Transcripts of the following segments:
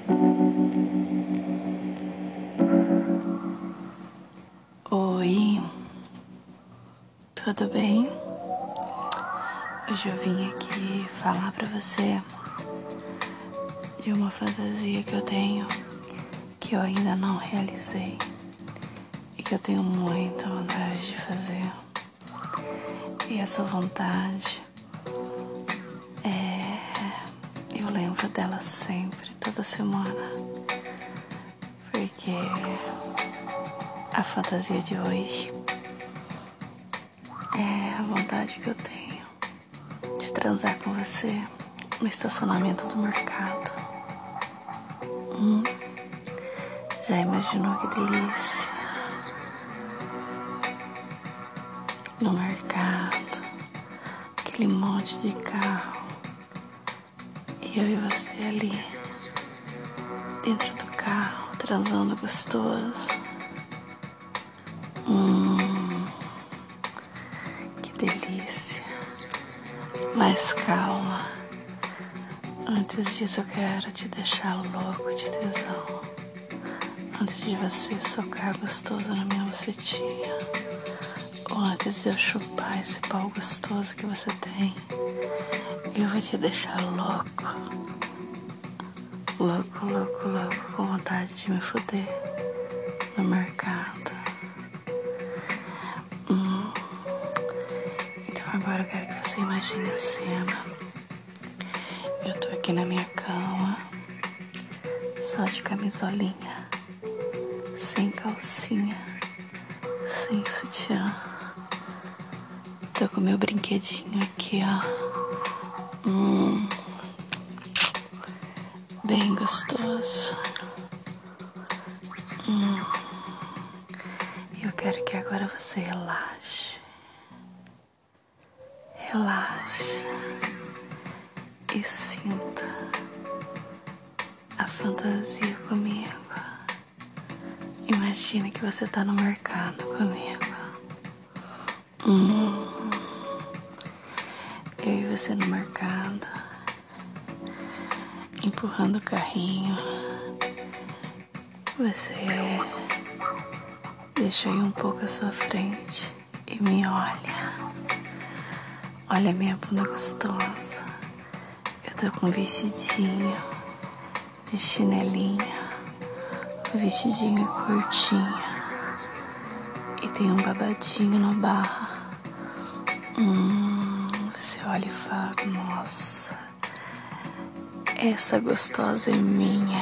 Oi, tudo bem? Hoje eu vim aqui falar pra você de uma fantasia que eu tenho, que eu ainda não realizei e que eu tenho muita vontade de fazer. E essa vontade eu lembro dela sempre, toda semana, porque a fantasia de hoje é a vontade que eu tenho de transar com você no estacionamento do mercado. Já imaginou que delícia? No mercado, aquele monte de carro, e eu e você ali, dentro do carro, transando gostoso. Que delícia. Mas calma, antes disso eu quero te deixar louco de tesão. Antes de você socar gostoso na minha bucetinha, ou antes de eu chupar esse pau gostoso que você tem, eu vou te deixar louco. Louco, louco, louco, com vontade de me foder no mercado. Então agora eu quero que você imagine a cena. Eu tô aqui na minha cama, só de camisolinha, sem calcinha, sem sutiã. Tô com meu brinquedinho aqui, ó. Bem gostoso. Eu quero que agora você relaxe. Relaxe e sinta a fantasia comigo. Imagine que você tá no mercado comigo. Eu e você no mercado, empurrando o carrinho. Você deixa eu ir um pouco à sua frente e me olha. Olha a minha bunda gostosa. Eu tô com um vestidinho de chinelinha. O vestidinho é curtinho e tem um babadinho na barra. Você olha e fala, nossa, essa gostosa é minha.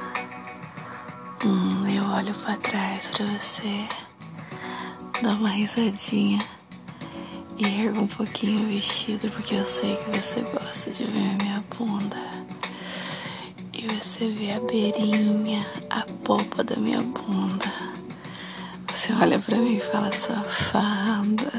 Eu olho pra trás pra você, dou uma risadinha e ergo um pouquinho o vestido, porque eu sei que você gosta de ver a minha bunda. E você vê a beirinha, a polpa da minha bunda. Você olha pra mim e fala, safada.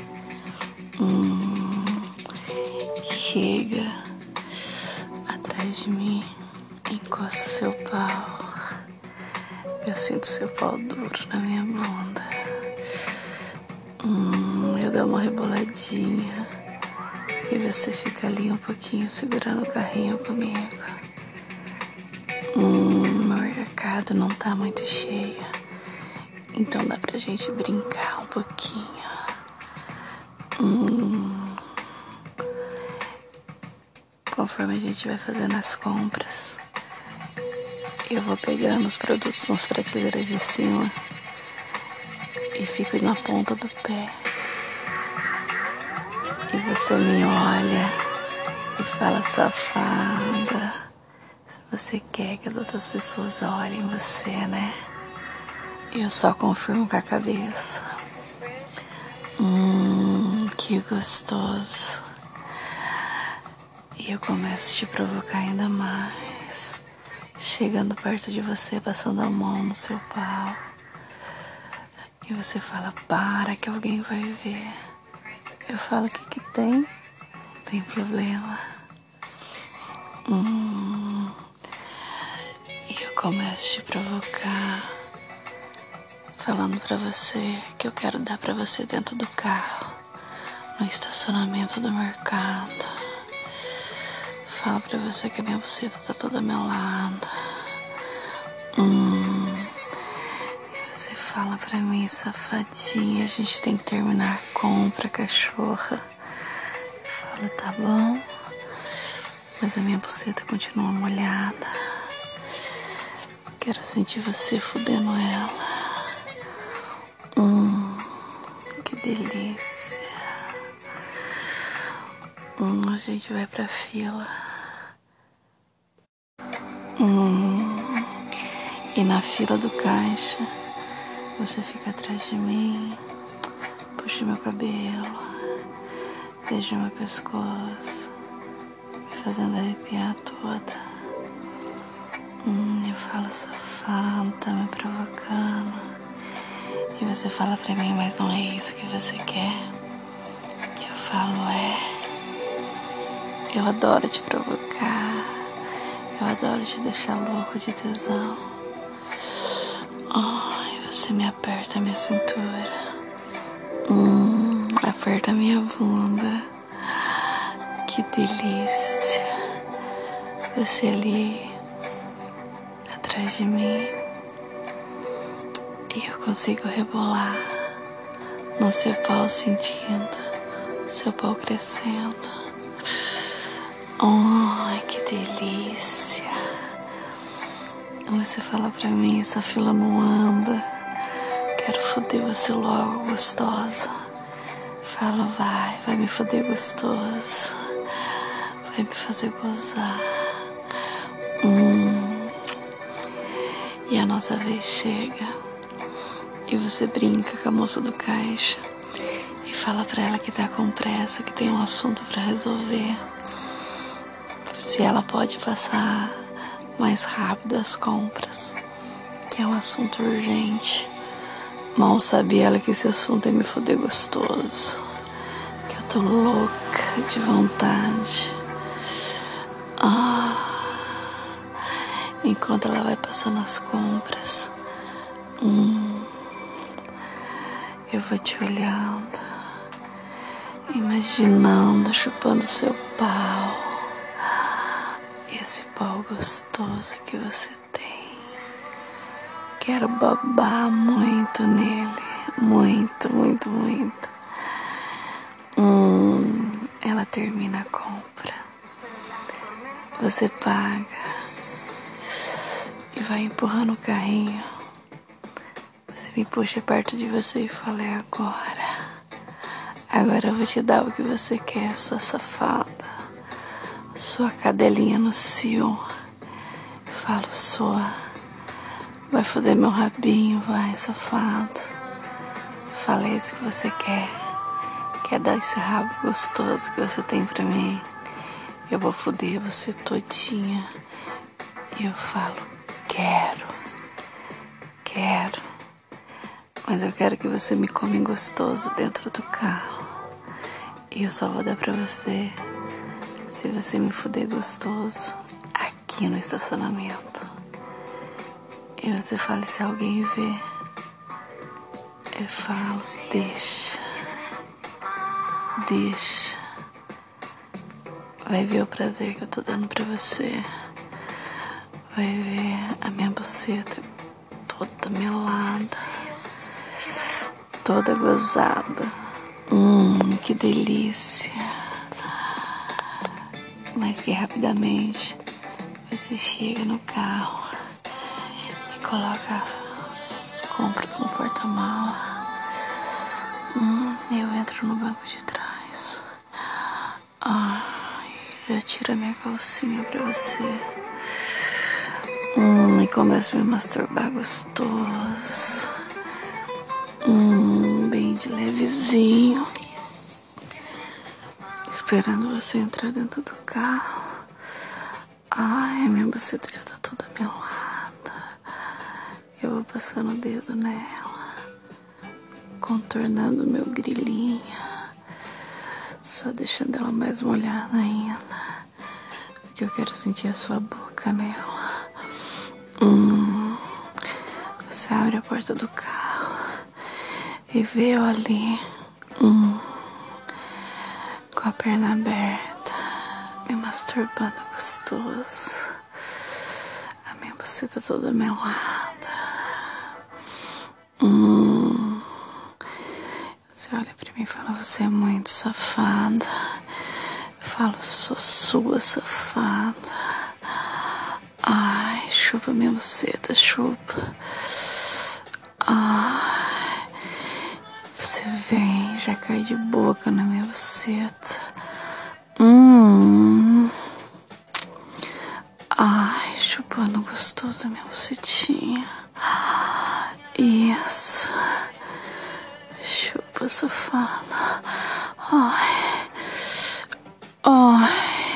Chega atrás de mim, encosta seu pau. Eu sinto seu pau duro na minha bunda. Eu dou uma reboladinha e você fica ali um pouquinho segurando o carrinho comigo. Meu mercado não tá muito cheio, então dá pra gente brincar um pouquinho. Conforme a gente vai fazendo as compras, eu vou pegando os produtos nas prateleiras de cima e fico na ponta do pé. E você me olha e fala, safada. Você quer que as outras pessoas olhem você, né? E eu só confirmo com a cabeça. Que gostoso. E eu começo a te provocar ainda mais. Chegando perto de você, passando a mão no seu pau. E você fala, para que alguém vai ver. Eu falo, o que tem? Não tem problema. E eu começo a te provocar, falando pra você que eu quero dar pra você dentro do carro, no estacionamento do mercado. Falo pra você que a minha buceta tá toda melada. Você fala pra mim, safadinha, a gente tem que terminar a compra, cachorra. Eu falo, tá bom, mas a minha buceta continua molhada. Quero sentir você fudendo ela. Que delícia. A gente vai pra fila. E na fila do caixa, você fica atrás de mim, puxa meu cabelo, beija meu pescoço, me fazendo arrepiar toda. Eu falo, safado, tá me provocando. E você fala pra mim, mas não é isso que você quer. Eu falo, eu adoro te provocar. Eu adoro te deixar louco de tesão. E você me aperta a minha cintura. Aperta a minha bunda. Que delícia. Você ali atrás de mim. E eu consigo rebolar no seu pau, sentindo seu pau crescendo. Ai, que delícia. Você fala pra mim, essa fila não anda. Quero foder você logo, gostosa. Fala, vai me foder gostoso. Vai me fazer gozar. E a nossa vez chega. E você brinca com a moça do caixa. E fala pra ela que tá com pressa, que tem um assunto pra resolver. Se ela pode passar mais rápido as compras, que é um assunto urgente. Mal sabe ela que esse assunto é me foder gostoso, que eu tô louca de vontade. Enquanto ela vai passando as compras, eu vou te olhando, imaginando, chupando seu pau. Esse pau gostoso que você tem. Quero babar muito nele. Muito, muito, muito. Ela termina a compra. Você paga. E vai empurrando o carrinho. Você me puxa perto de você e fala, é agora. Agora eu vou te dar o que você quer, sua safada. Sua cadelinha no cio. Falo, sua. Vai foder meu rabinho, vai, safado. Fala isso que você quer. Quer dar esse rabo gostoso que você tem pra mim. Eu vou foder você todinha. E eu falo, quero. Mas eu quero que você me come gostoso dentro do carro. E eu só vou dar pra você se você me fuder gostoso aqui no estacionamento. E você fala, se alguém ver, eu falo, deixa. Vai ver o prazer que eu tô dando pra você. Vai ver a minha buceta toda melada, toda gozada. Que delícia. Mas que rapidamente você chega no carro e coloca as compras no porta-mala. Eu entro no banco de trás. Já tira minha calcinha pra você. E começo a me masturbar gostoso. Bem de levezinho. Esperando você entrar dentro do carro. Ai, minha buceta já tá toda melada. Eu vou passando o dedo nela, contornando meu grilinho, só deixando ela mais molhada ainda, porque eu quero sentir a sua boca nela. Você abre a porta do carro e vê eu ali, com a perna aberta, me masturbando gostoso. A minha buceta toda melada. Você olha pra mim e fala, você é muito safada. Eu falo, sou sua safada. Ai, chupa minha buceta, chupa. Ai, você vem, já cai de boca na minha buceta. Ai, chupando gostoso a minha bucetinha. Isso. Chupa, safada. Ai. Ai.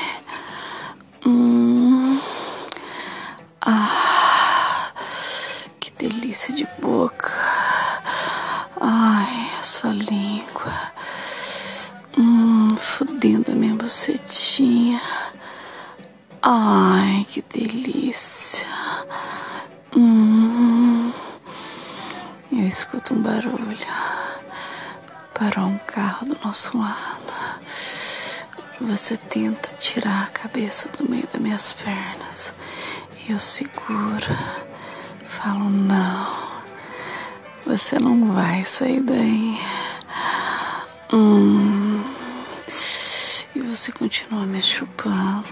Que delícia de boca. Ai, a sua língua. Fudendo a minha bucetinha. Ai, que delícia. Eu escuto um barulho. Parou um carro do nosso lado. Você tenta tirar a cabeça do meio das minhas pernas. Eu seguro. Falo, não. Você não vai sair daí. E você continua me chupando.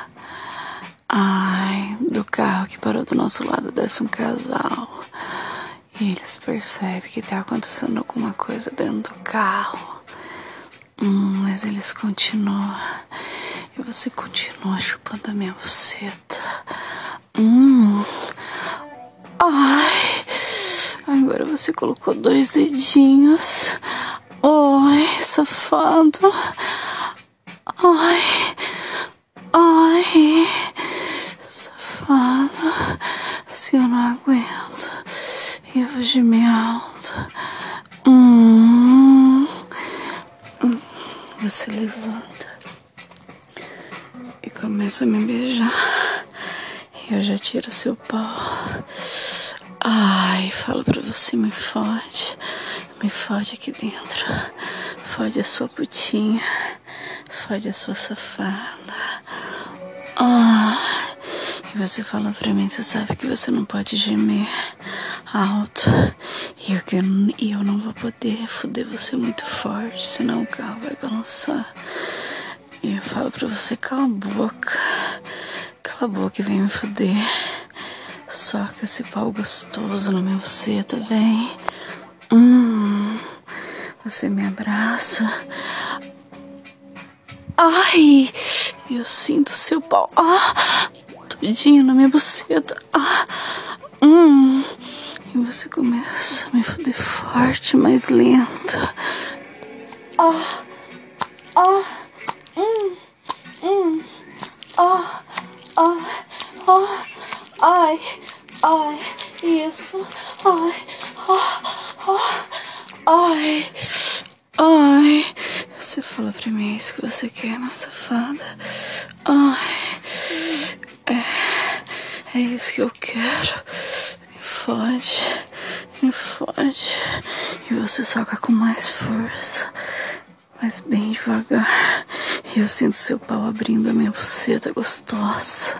Ai, do carro que parou do nosso lado desce um casal. E eles percebem que tá acontecendo alguma coisa dentro do carro. Mas eles continuam. E você continua chupando a minha buceta. Ai. Agora você colocou 2 dedinhos. Ai, safado. Ai. Ai. Safado. Se eu não aguento, eu vou gemer alto. Você levanta e começa a me beijar. E eu já tiro seu pau. Ai, falo pra você, me fode. Me fode aqui dentro. Fode a sua putinha. Fode a sua safada. E você fala pra mim, você sabe que você não pode gemer alto. E eu não vou poder foder você muito forte, senão o carro vai balançar. E eu falo pra você, cala a boca. Cala a boca e vem me foder. Soca esse pau gostoso na minha buceta, vem. Você me abraça. Ai, eu sinto seu pau. Tudinho na minha buceta. E você começa a me foder forte, mais lento. Ai, isso. Ai. Você fala pra mim isso que você quer, né, safada? É isso que eu quero. Me fode. E você soca com mais força, mas bem devagar. E eu sinto seu pau abrindo a minha buceta gostosa.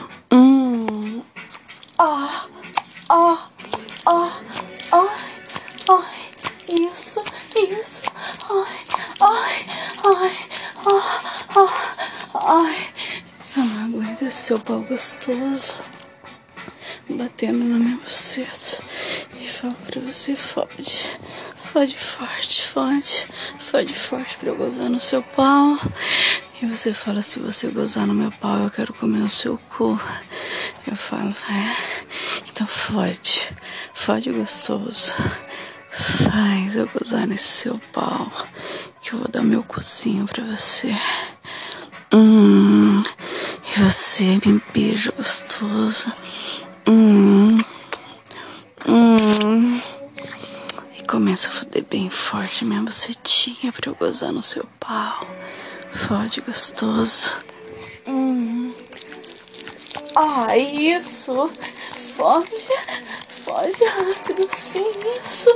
Isso. Eu não aguento esse seu pau gostoso batendo na minha buceta. E falo pra você, fode forte pra eu gozar no seu pau. E você fala, se você gozar no meu pau, eu quero comer o seu cu. Eu falo, então fode gostoso. Faz eu gozar nesse seu pau, que eu vou dar meu cozinho pra você. E você me beija gostoso. E começa a foder bem forte minha bucetinha pra eu gozar no seu pau. Fode gostoso. Isso. Fode rápido, sim, isso.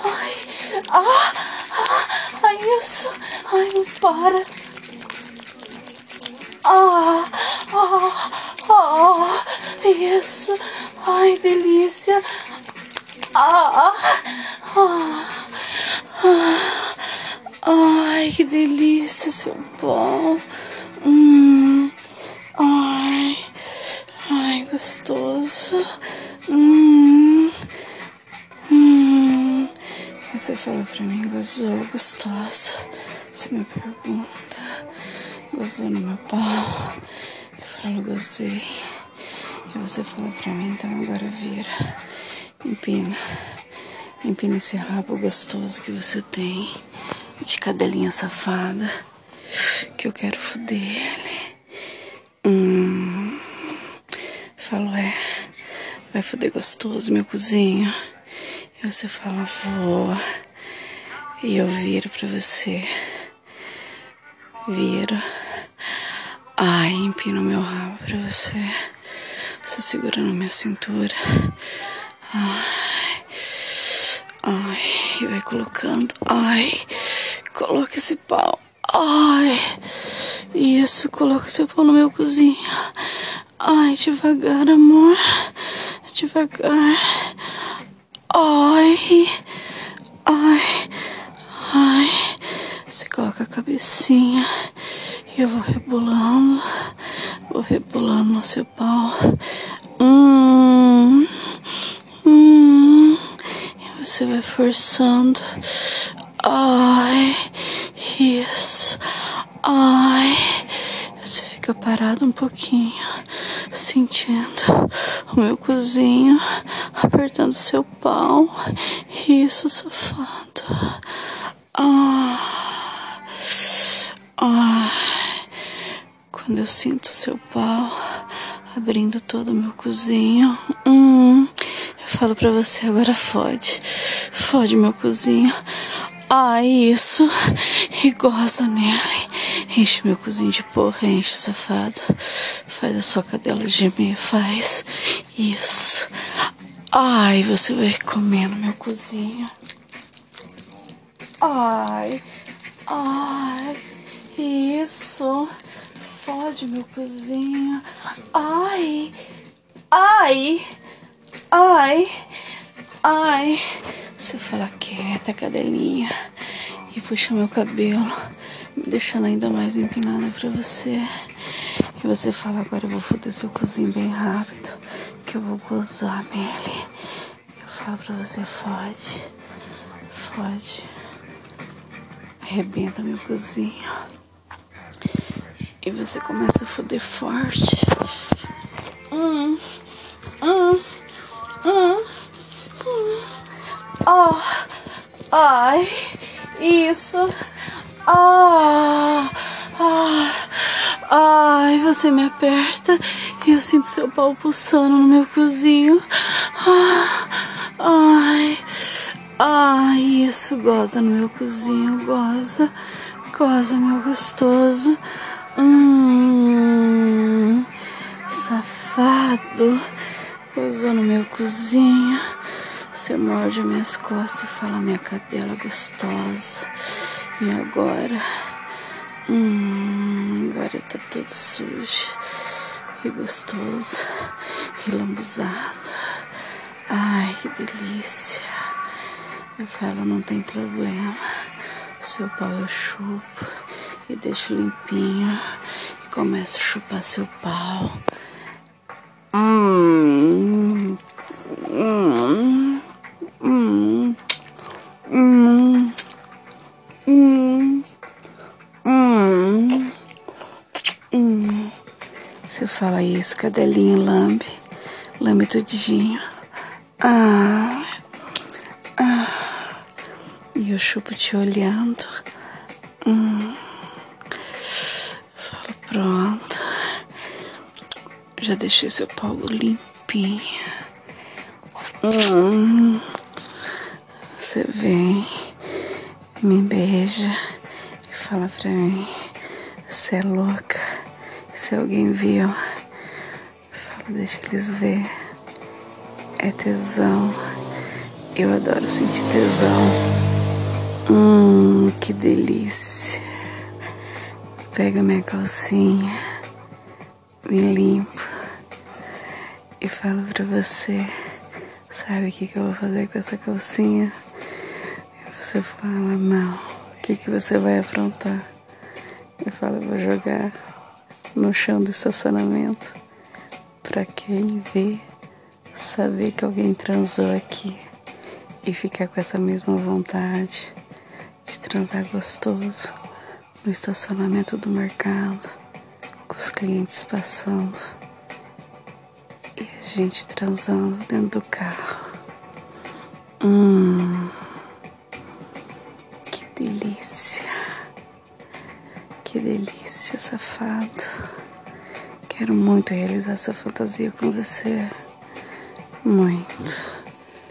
Isso. Não para. Oh, isso. Ai, delícia. Ah, ah, ah. Ai, que delícia, seu pão. Ai, ai, gostoso. Você fala pra mim, gozou, gostosa. Você me pergunta, gozou no meu pau? Eu falo, gozei. E você fala pra mim, então agora vira. Empina. Empina esse rabo gostoso que você tem. De cadelinha safada. Que eu quero foder ele. Falo, vai foder gostoso, meu cozinho. E você fala, voa. E eu viro pra você. Viro. Ai, empino meu rabo pra você. Você segura na minha cintura. Ai, e vai colocando. Ai, coloca esse pau. Ai, isso, coloca seu pau no meu cozinho. Ai, devagar, amor. Devagar. Ai, ai, ai. Você coloca a cabecinha e eu vou rebolando no seu pau. E você vai forçando. Ai, isso. Ai, você fica parado um pouquinho, sentindo o meu cozinho apertando seu pau. Isso, safado. Quando eu sinto seu pau abrindo todo o meu cozinho, eu falo pra você, agora fode. Fode meu cozinho. Isso. E goza nele. Enche meu cozinho de porra, enche, safado. Faz a sua cadela gemer, faz. Isso. Ai, você vai comendo meu cozinho. Ai, isso. Fode meu cozinho. Ai. Você fala quieta, cadelinha. E puxa meu cabelo, me deixando ainda mais empinada pra você. E você fala, agora eu vou foder seu cozinho bem rápido, que eu vou gozar nele. Eu falo pra você, fode. Arrebenta meu cozinho. E você começa a foder forte. Ai, isso. Ai, você me aperta e eu sinto seu pau pulsando no meu cozinho. Ai, isso, goza no meu cozinho, goza, meu gostoso. Safado, gozou no meu cozinho. Você morde minhas costas e fala, minha cadela gostosa. E agora? Agora tá tudo sujo e gostoso e lambuzado. Ai, que delícia. Eu falo, não tem problema. O seu pau eu chupo e deixo limpinho. E começo a chupar seu pau. Você fala isso, cadelinha, lambe tudinho. E eu chupo te olhando. Falo, pronto. Já deixei seu pau limpinho. Você vem, me beija e fala pra mim, você é louca. Se alguém viu, fala, deixa eles ver. É tesão. Eu adoro sentir tesão. Que delícia. Pega minha calcinha, me limpa e falo pra você, sabe o que eu vou fazer com essa calcinha? E você fala, não, o que você vai aprontar? Eu falo, eu vou jogar no chão do estacionamento pra quem vê saber que alguém transou aqui e ficar com essa mesma vontade de transar gostoso no estacionamento do mercado, com os clientes passando e a gente transando dentro do carro. Que delícia, que delícia, safado. Quero muito realizar essa fantasia com você, muito.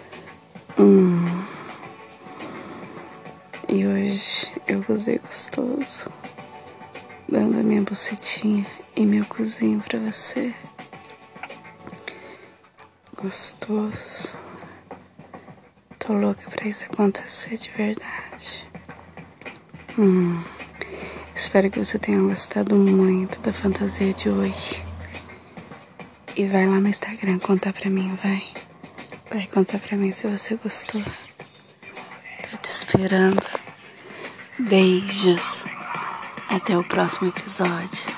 E hoje eu gozei gostoso, dando a minha bucetinha e meu cozinho pra você. Gostoso. Tô louca pra isso acontecer de verdade. Espero que você tenha gostado muito da fantasia de hoje. E vai lá no Instagram contar pra mim, vai. Vai contar pra mim se você gostou. Tô te esperando. Beijos. Até o próximo episódio.